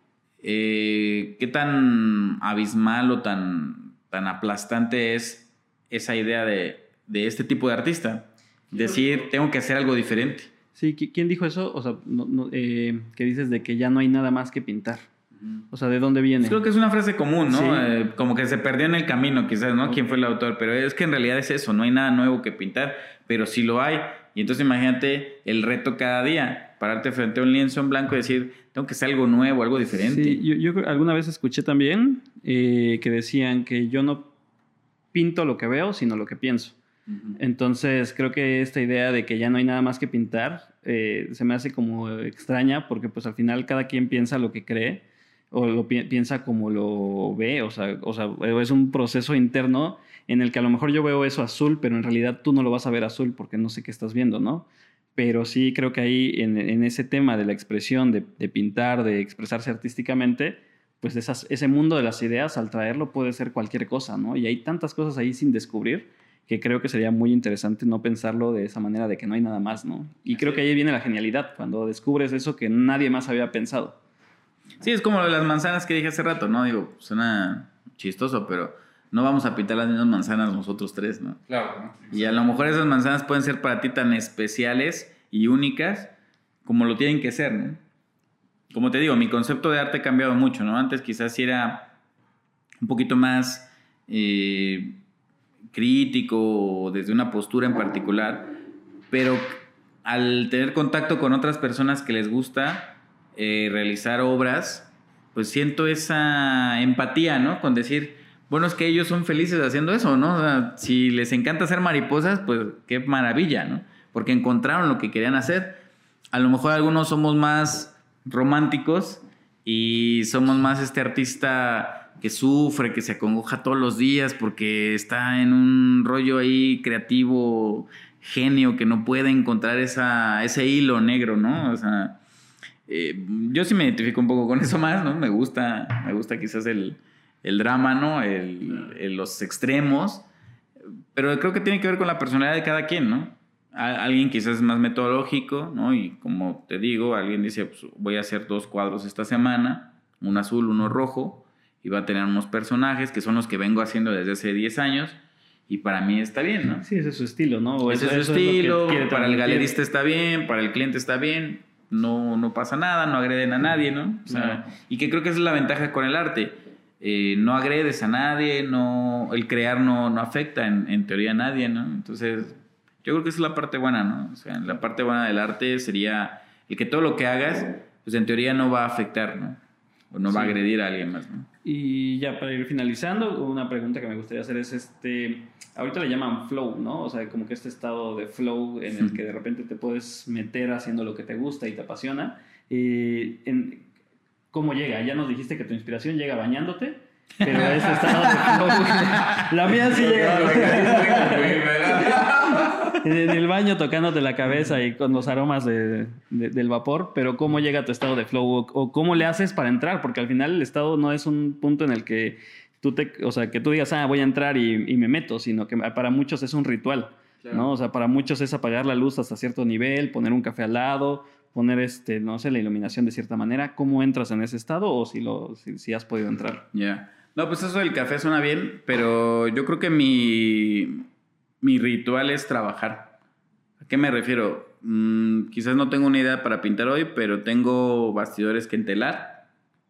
eh, qué tan abismal o tan, tan aplastante es esa idea de, de este tipo de artista. Decir, tengo que hacer algo diferente. Sí, ¿qui- ¿quién dijo eso? O sea, no, no, eh, que dices de que ya no hay nada más que pintar. O sea, ¿de dónde viene? Creo que es una frase común, ¿no? Sí. Eh, como que se perdió en el camino, quizás, ¿no? ¿Quién fue el autor? Pero es que en realidad es eso, no hay nada nuevo que pintar, pero sí lo hay. Y entonces imagínate el reto cada día, pararte frente a un lienzo en blanco y decir, tengo que hacer algo nuevo, algo diferente. Sí, yo, yo alguna vez escuché también eh, que decían que yo no pinto lo que veo, sino lo que pienso. Uh-huh. Entonces creo que esta idea de que ya no hay nada más que pintar eh, se me hace como extraña porque pues al final cada quien piensa lo que cree o lo pi- piensa como lo ve, o sea, o sea, es un proceso interno en el que a lo mejor yo veo eso azul, pero en realidad tú no lo vas a ver azul porque no sé qué estás viendo, ¿no? Pero sí creo que ahí en, en ese tema de la expresión, de, de pintar, de expresarse artísticamente, pues esas, ese mundo de las ideas, al traerlo puede ser cualquier cosa, ¿no? Y hay tantas cosas ahí sin descubrir que creo que sería muy interesante no pensarlo de esa manera de que no hay nada más, ¿no? Y creo que ahí viene la genialidad, cuando descubres eso que nadie más había pensado. Sí, es como lo de las manzanas que dije hace rato, ¿no? Digo, suena chistoso, pero no vamos a pintar las mismas manzanas nosotros tres, ¿no? Claro, ¿no? Y a lo mejor esas manzanas pueden ser para ti tan especiales y únicas como lo tienen que ser, ¿no? Como te digo, mi concepto de arte ha cambiado mucho, ¿no? Antes quizás sí era un poquito más eh, crítico o desde una postura en particular, pero al tener contacto con otras personas que les gusta eh, realizar obras, pues siento esa empatía, ¿no? Con decir, bueno, es que ellos son felices haciendo eso, ¿no? O sea, si les encanta hacer mariposas, pues qué maravilla, ¿no? Porque encontraron lo que querían hacer. A lo mejor algunos somos más románticos y somos más este artista que sufre, que se acongoja todos los días porque está en un rollo ahí creativo, genio, que no puede encontrar esa, ese hilo negro, ¿no? O sea, eh, yo sí me identifico un poco con eso más, ¿no? Me gusta, me gusta quizás el, el drama, ¿no? El, el, los extremos, pero creo que tiene que ver con la personalidad de cada quien, ¿no? Alguien quizás es más metodológico, ¿no? Y como te digo, alguien dice, pues voy a hacer dos cuadros esta semana, uno azul, uno rojo, y va a tener unos personajes que son los que vengo haciendo desde hace diez años, y para mí está bien, ¿no? Sí, ese es su estilo, ¿no? O ese eso, es su eso estilo, es para el galerista está bien, para el cliente está bien, no, no pasa nada, no agreden a nadie, ¿no? O sea, no. Y que creo que esa es la ventaja con el arte. Eh, no agredes a nadie, no, el crear no, no afecta en, en teoría a nadie, ¿no? Entonces, yo creo que esa es la parte buena, ¿no? O sea, la parte buena del arte sería el que todo lo que hagas, pues en teoría no va a afectar, ¿no? O no sí. va a agredir a alguien más, ¿no? Y ya para ir finalizando, una pregunta que me gustaría hacer es, este, ahorita le llaman flow, ¿no? O sea, como que este estado de flow en el que de repente te puedes meter haciendo lo que te gusta y te apasiona. Eh, en, ¿Cómo llega? Ya nos dijiste que tu inspiración llega bañándote, pero ese estado de flow... La mía sí llega... en el baño tocándote la cabeza y con los aromas de, de, del vapor, pero ¿cómo llega tu estado de flow? O, o ¿cómo le haces para entrar? Porque al final el estado no es un punto en el que tú te, o sea, que tú digas, ah, voy a entrar y, y me meto, sino que para muchos es un ritual, claro. ¿no? O sea, para muchos es apagar la luz hasta cierto nivel, poner un café al lado, poner, este, no sé, la iluminación de cierta manera. ¿Cómo entras en ese estado o si, lo, si, si has podido entrar? Ya. Yeah. No, pues eso del café suena bien, pero yo creo que mi... Mi ritual es trabajar. ¿A qué me refiero? Mm, quizás no tengo una idea para pintar hoy, pero tengo bastidores que entelar.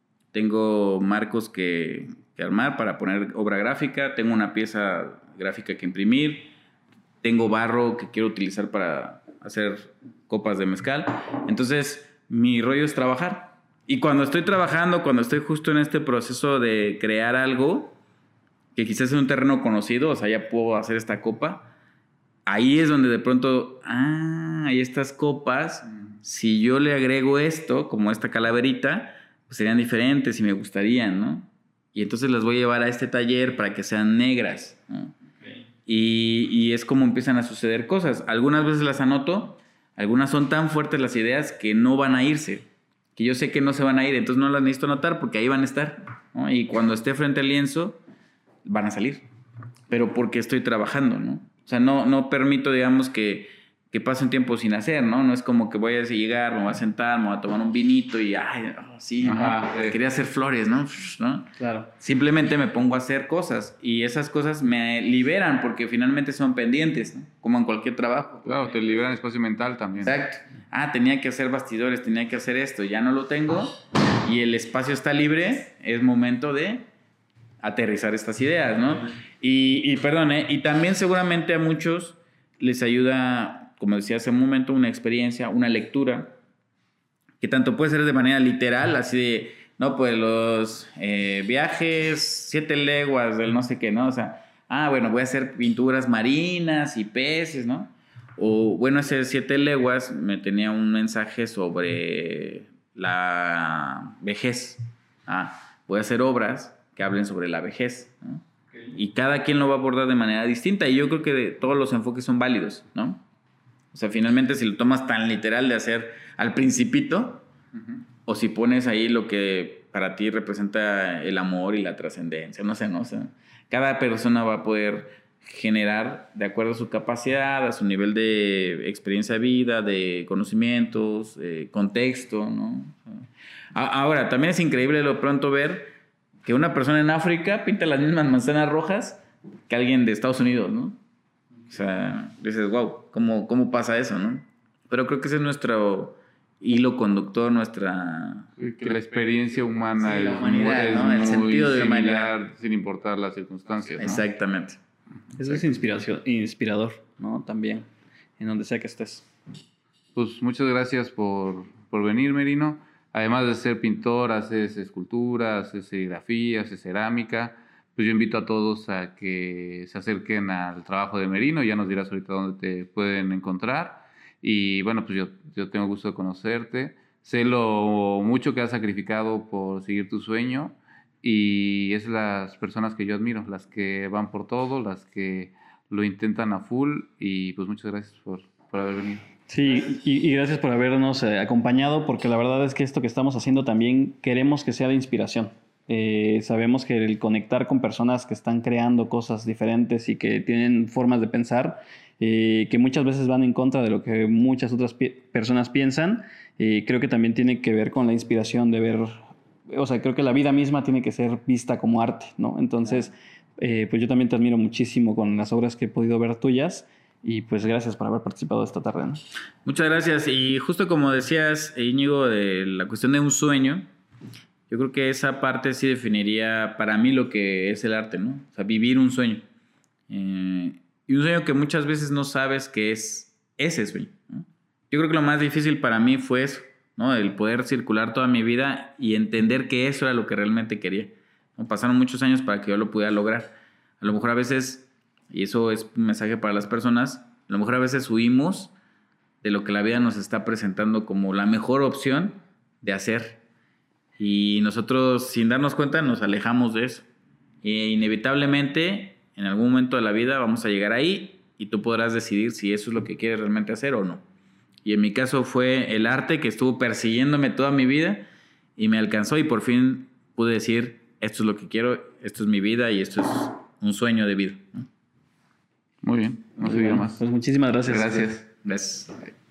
Tengo marcos que, que armar para poner obra gráfica. Tengo una pieza gráfica que imprimir. Tengo barro que quiero utilizar para hacer copas de mezcal. Entonces, mi rollo es trabajar. Y cuando estoy trabajando, cuando estoy justo en este proceso de crear algo... que quizás es un terreno conocido, o sea, ya puedo hacer esta copa, ahí es donde de pronto, ah, hay estas copas, si yo le agrego esto, como esta calaverita, pues serían diferentes y me gustarían, ¿no? Y entonces las voy a llevar a este taller para que sean negras, ¿no? Okay. Y, y es como empiezan a suceder cosas. Algunas veces las anoto, algunas son tan fuertes las ideas que no van a irse, que yo sé que no se van a ir, entonces no las necesito anotar porque ahí van a estar, ¿no? Y cuando esté frente al lienzo, van a salir, pero porque estoy trabajando, ¿no? O sea, no, no permito, digamos, que, que pase un tiempo sin hacer, ¿no? No es como que voy a llegar, me voy a sentar, me voy a tomar un vinito y, ay, oh, sí, ajá, ¿no? eh. quería hacer flores, ¿no? ¿no? Claro. Simplemente me pongo a hacer cosas y esas cosas me liberan porque finalmente son pendientes, ¿no? Como en cualquier trabajo. Claro, te liberan espacio mental también. Exacto. Ah, tenía que hacer bastidores, tenía que hacer esto, ya no lo tengo y el espacio está libre, es momento de... aterrizar estas ideas, ¿no? Y, y perdón, ¿eh? Y también seguramente a muchos les ayuda, como decía hace un momento, una experiencia, una lectura, que tanto puede ser de manera literal, así de, no, pues los eh, viajes, siete leguas del no sé qué, ¿no? O sea, ah, bueno, voy a hacer pinturas marinas y peces, ¿no? O, bueno, ese siete leguas me tenía un mensaje sobre la vejez. Ah, voy a hacer obras que hablen sobre la vejez, ¿no? Okay. Y cada quien lo va a abordar de manera distinta y yo creo que de, todos los enfoques son válidos, ¿no? O sea, finalmente si lo tomas tan literal de hacer al principito, uh-huh. o si pones ahí lo que para ti representa el amor y la trascendencia, no sé, no sé. Cada persona va a poder generar de acuerdo a su capacidad, a su nivel de experiencia de vida, de conocimientos, eh, contexto, ¿no? Ahora, también es increíble de pronto ver que una persona en África pinta las mismas manzanas rojas que alguien de Estados Unidos, ¿no? O sea, dices, wow, ¿cómo, cómo pasa eso, no? Pero creo que ese es nuestro hilo conductor, nuestra... Que la experiencia humana sí, la es, humanidad, es ¿no? muy El sentido de similar, humanidad. sin importar las circunstancias, ¿no? Exactamente. Eso es inspiración, inspirador, ¿no? También, en donde sea que estés. Pues muchas gracias por, por venir, Merino. Además de ser pintor, haces esculturas, haces serigrafía, haces cerámica. Pues yo invito a todos a que se acerquen al trabajo de Merino. Ya nos dirás ahorita dónde te pueden encontrar. Y bueno, pues yo, yo tengo gusto de conocerte. Sé lo mucho que has sacrificado por seguir tu sueño. Y es las personas que yo admiro, las que van por todo, las que lo intentan a full. Y pues muchas gracias por, por haber venido. Sí, y, y gracias por habernos eh, acompañado, porque la verdad es que esto que estamos haciendo también queremos que sea de inspiración. Eh, sabemos que el conectar con personas que están creando cosas diferentes y que tienen formas de pensar, eh, que muchas veces van en contra de lo que muchas otras pi- personas piensan, eh, creo que también tiene que ver con la inspiración de ver, o sea, creo que la vida misma tiene que ser vista como arte, ¿no? Entonces, eh, pues yo también te admiro muchísimo con las obras que he podido ver tuyas. Y pues gracias por haber participado esta tarde, ¿no? Muchas gracias. Y justo como decías, Íñigo, de la cuestión de un sueño, yo creo que esa parte sí definiría para mí lo que es el arte, ¿no? O sea, vivir un sueño. Eh, y un sueño que muchas veces no sabes que es ese sueño, ¿no? Yo creo que lo más difícil para mí fue eso, ¿no? El poder circular toda mi vida y entender que eso era lo que realmente quería, ¿no? Pasaron muchos años para que yo lo pudiera lograr. A lo mejor a veces... Y eso es un mensaje para las personas. A lo mejor a veces huimos de lo que la vida nos está presentando como la mejor opción de hacer. Y nosotros, sin darnos cuenta, nos alejamos de eso. E inevitablemente, en algún momento de la vida vamos a llegar ahí y tú podrás decidir si eso es lo que quieres realmente hacer o no. Y en mi caso fue el arte que estuvo persiguiéndome toda mi vida y me alcanzó y por fin pude decir, esto es lo que quiero, esto es mi vida y esto es un sueño de vida, ¿no? Muy bien, no se diga más. Pues muchísimas gracias. Gracias. Gracias.